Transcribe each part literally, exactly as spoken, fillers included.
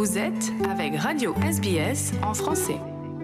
Vous êtes avec Radio S B S en français.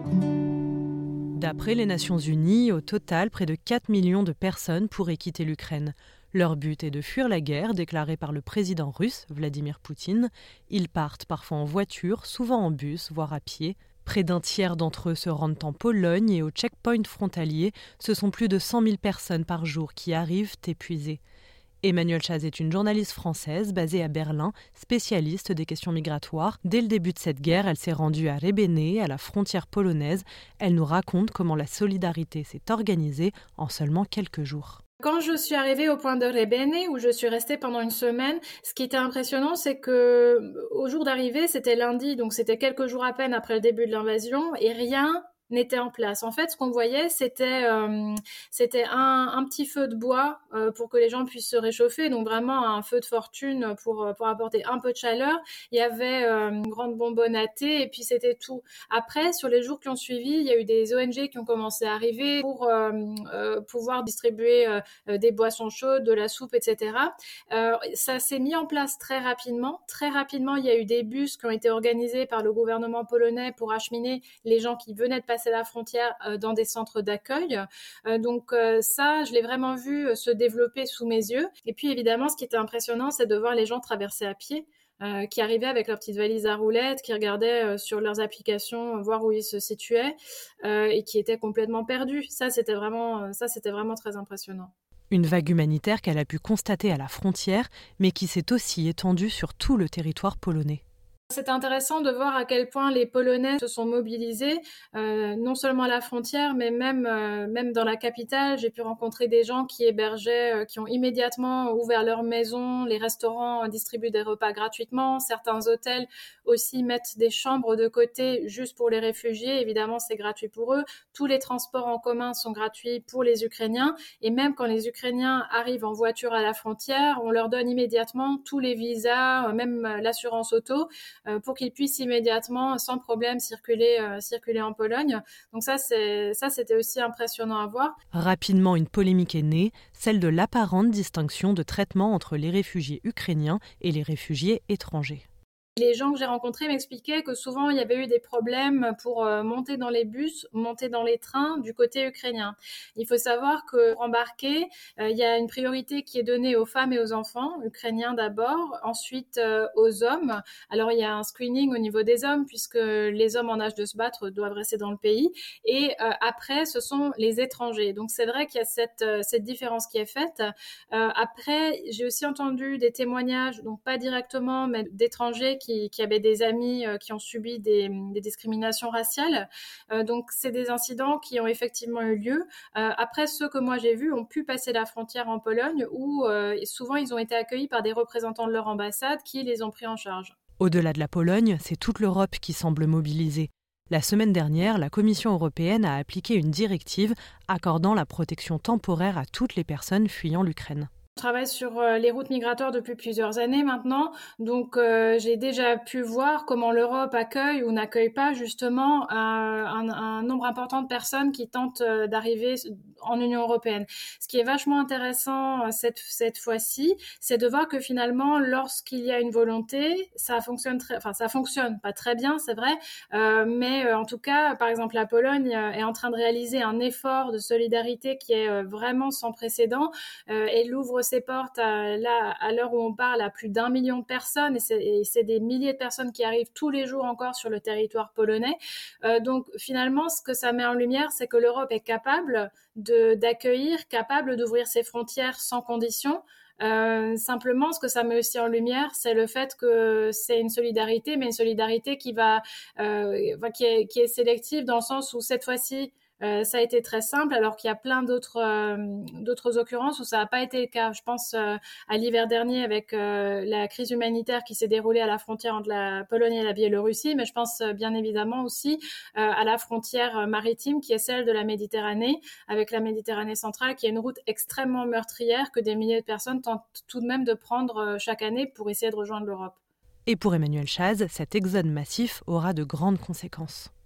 D'après les Nations Unies, au total, près de quatre millions de personnes pourraient quitter l'Ukraine. Leur but est de fuir la guerre déclarée par le président russe, Vladimir Poutine. Ils partent parfois en voiture, souvent en bus, voire à pied. Près d'un tiers d'entre eux se rendent en Pologne et au checkpoint frontalier, ce sont plus de cent mille personnes par jour qui arrivent épuisées. Emmanuelle Chaz est une journaliste française basée à Berlin, spécialiste des questions migratoires. Dès le début de cette guerre, elle s'est rendue à Rebeny, à la frontière polonaise. Elle nous raconte comment la solidarité s'est organisée en seulement quelques jours. Quand je suis arrivée au point de Rebeny, où je suis restée pendant une semaine, ce qui était impressionnant, c'est que au jour d'arrivée, c'était lundi, donc c'était quelques jours à peine après le début de l'invasion, et rien n'était en place. En fait, ce qu'on voyait, c'était euh, c'était un, un petit feu de bois euh, pour que les gens puissent se réchauffer, donc vraiment un feu de fortune pour pour apporter un peu de chaleur. Il y avait euh, une grande bonbonne à thé et puis c'était tout. Après, sur les jours qui ont suivi, il y a eu des O N G qui ont commencé à arriver pour euh, euh, pouvoir distribuer euh, des boissons chaudes, de la soupe, et cetera. Euh, ça s'est mis en place très rapidement. Très rapidement, il y a eu des bus qui ont été organisés par le gouvernement polonais pour acheminer les gens qui venaient de passer la frontière euh, dans des centres d'accueil. Euh, donc euh, ça, je l'ai vraiment vu se développer sous mes yeux. Et puis évidemment, ce qui était impressionnant, c'est de voir les gens traverser à pied, euh, qui arrivaient avec leurs petites valises à roulettes, qui regardaient euh, sur leurs applications, euh, voir où ils se situaient, euh, et qui étaient complètement perdus. Ça, c'était vraiment, euh, ça, c'était vraiment très impressionnant. Une vague humanitaire qu'elle a pu constater à la frontière, mais qui s'est aussi étendue sur tout le territoire polonais. C'est intéressant de voir à quel point les Polonais se sont mobilisés, euh, non seulement à la frontière, mais même euh, même dans la capitale. J'ai pu rencontrer des gens qui hébergeaient, euh, qui ont immédiatement ouvert leur maison. Les restaurants distribuent des repas gratuitement. Certains hôtels aussi mettent des chambres de côté juste pour les réfugiés. Évidemment, c'est gratuit pour eux. Tous les transports en commun sont gratuits pour les Ukrainiens. Et même quand les Ukrainiens arrivent en voiture à la frontière, on leur donne immédiatement tous les visas, même l'assurance auto, pour qu'ils puissent immédiatement, sans problème, circuler, euh, circuler en Pologne. Donc ça, c'est, ça, c'était aussi impressionnant à voir. Rapidement, une polémique est née, celle de l'apparente distinction de traitement entre les réfugiés ukrainiens et les réfugiés étrangers. Les gens que j'ai rencontrés m'expliquaient que souvent il y avait eu des problèmes pour euh, monter dans les bus, monter dans les trains du côté ukrainien. Il faut savoir que pour embarquer, euh, il y a une priorité qui est donnée aux femmes et aux enfants, ukrainiens d'abord, ensuite euh, aux hommes. Alors il y a un screening au niveau des hommes puisque les hommes en âge de se battre doivent rester dans le pays. Et euh, après, ce sont les étrangers. Donc c'est vrai qu'il y a cette, euh, cette différence qui est faite. Euh, après, j'ai aussi entendu des témoignages, donc pas directement, mais d'étrangers Qui, qui avaient des amis euh, qui ont subi des, des discriminations raciales. Euh, donc, c'est des incidents qui ont effectivement eu lieu. Euh, après, ceux que moi j'ai vus ont pu passer la frontière en Pologne où euh, souvent ils ont été accueillis par des représentants de leur ambassade qui les ont pris en charge. Au-delà de la Pologne, c'est toute l'Europe qui semble mobilisée. La semaine dernière, la Commission européenne a appliqué une directive accordant la protection temporaire à toutes les personnes fuyant l'Ukraine. Je travaille sur euh, les routes migratoires depuis plusieurs années maintenant, donc euh, j'ai déjà pu voir comment l'Europe accueille ou n'accueille pas justement euh, un, un nombre important de personnes qui tentent euh, d'arriver en Union européenne. Ce qui est vachement intéressant euh, cette, cette fois-ci, c'est de voir que finalement, lorsqu'il y a une volonté, ça fonctionne très, enfin ça fonctionne pas très bien, c'est vrai, euh, mais euh, en tout cas, par exemple, la Pologne euh, est en train de réaliser un effort de solidarité qui est euh, vraiment sans précédent. Euh, elle ouvre ses portes à, là, à l'heure où on parle à plus d'un million de personnes et c'est, et c'est des milliers de personnes qui arrivent tous les jours encore sur le territoire polonais. Euh, donc finalement, ce que ça met en lumière, c'est que l'Europe est capable de, d'accueillir, capable d'ouvrir ses frontières sans condition. Euh, simplement, ce que ça met aussi en lumière, c'est le fait que c'est une solidarité, mais une solidarité qui va, euh, qui est, qui est sélective dans le sens où cette fois-ci, Euh, ça a été très simple, alors qu'il y a plein d'autres euh, d'autres occurrences où ça n'a pas été le cas. Je pense euh, à l'hiver dernier avec euh, la crise humanitaire qui s'est déroulée à la frontière entre la Pologne et la Biélorussie, mais je pense euh, bien évidemment aussi euh, à la frontière maritime qui est celle de la Méditerranée, avec la Méditerranée centrale, qui est une route extrêmement meurtrière que des milliers de personnes tentent tout de même de prendre euh, chaque année pour essayer de rejoindre l'Europe. Et pour Emmanuelle Chaz, cet exode massif aura de grandes conséquences.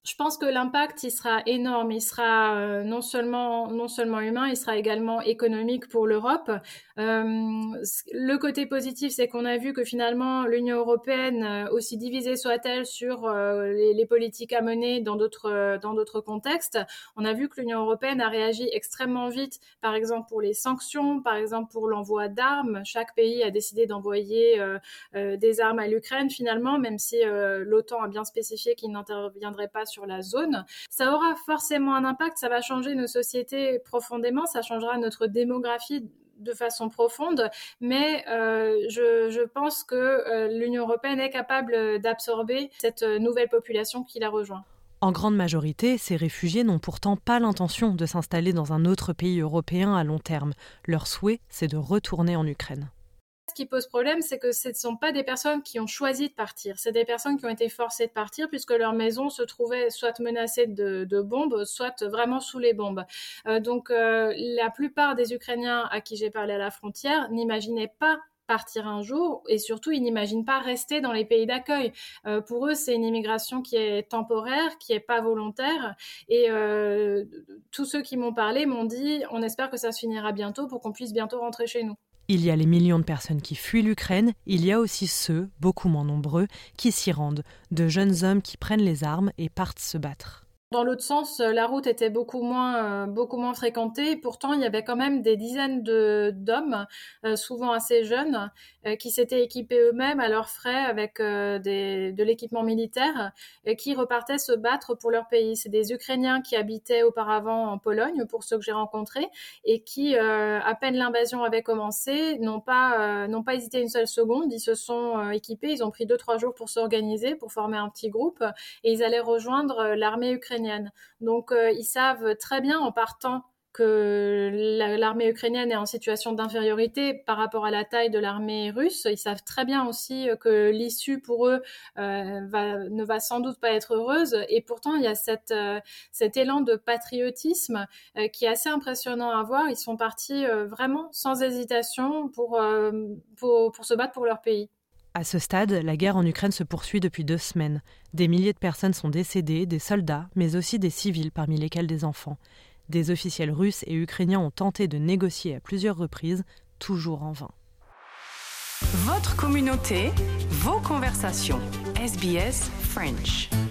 Je pense que l'impact, il sera énorme. Il sera euh, non seulement non seulement humain, il sera également économique pour l'Europe. Euh, le côté positif, c'est qu'on a vu que finalement l'Union européenne, aussi divisée soit-elle sur euh, les, les politiques à mener dans d'autres euh, dans d'autres contextes, on a vu que l'Union européenne a réagi extrêmement vite. Par exemple pour les sanctions, par exemple pour l'envoi d'armes. Chaque pays a décidé d'envoyer euh, euh, des armes à l'Ukraine finalement, même si euh, l'OTAN a bien spécifié qu'il n'interviendrait pas sur sur la zone. Ça aura forcément un impact, ça va changer nos sociétés profondément, ça changera notre démographie de façon profonde, mais euh, je, je pense que euh, l'Union européenne est capable d'absorber cette nouvelle population qui la rejoint. En grande majorité, ces réfugiés n'ont pourtant pas l'intention de s'installer dans un autre pays européen à long terme. Leur souhait, c'est de retourner en Ukraine. Ce qui pose problème, c'est que ce ne sont pas des personnes qui ont choisi de partir. C'est des personnes qui ont été forcées de partir puisque leur maison se trouvait soit menacée de, de bombes, soit vraiment sous les bombes. Euh, donc, euh, la plupart des Ukrainiens à qui j'ai parlé à la frontière n'imaginaient pas partir un jour et surtout ils n'imaginent pas rester dans les pays d'accueil. Euh, pour eux, c'est une immigration qui est temporaire, qui est pas volontaire et euh, tous ceux qui m'ont parlé m'ont dit on espère que ça se finira bientôt pour qu'on puisse bientôt rentrer chez nous. Il y a les millions de personnes qui fuient l'Ukraine, il y a aussi ceux, beaucoup moins nombreux, qui s'y rendent, de jeunes hommes qui prennent les armes et partent se battre. Dans l'autre sens, la route était beaucoup moins, euh, beaucoup moins fréquentée. Et pourtant, il y avait quand même des dizaines de, d'hommes, euh, souvent assez jeunes, euh, qui s'étaient équipés eux-mêmes à leurs frais avec euh, des, de l'équipement militaire et qui repartaient se battre pour leur pays. C'est des Ukrainiens qui habitaient auparavant en Pologne, pour ceux que j'ai rencontrés, et qui, euh, à peine l'invasion avait commencé, n'ont pas, euh, n'ont pas hésité une seule seconde. Ils se sont euh, équipés, ils ont pris deux, trois jours pour s'organiser, pour former un petit groupe, et ils allaient rejoindre l'armée ukrainienne. Donc, euh, ils savent très bien en partant que la, l'armée ukrainienne est en situation d'infériorité par rapport à la taille de l'armée russe. Ils savent très bien aussi que l'issue pour eux euh, va, ne va sans doute pas être heureuse. Et pourtant, il y a cette, euh, cet élan de patriotisme euh, qui est assez impressionnant à voir. Ils sont partis euh, vraiment sans hésitation pour, euh, pour, pour se battre pour leur pays. À ce stade, la guerre en Ukraine se poursuit depuis deux semaines. Des milliers de personnes sont décédées, des soldats, mais aussi des civils, parmi lesquels des enfants. Des officiels russes et ukrainiens ont tenté de négocier à plusieurs reprises, toujours en vain. Votre communauté, vos conversations. S B S French.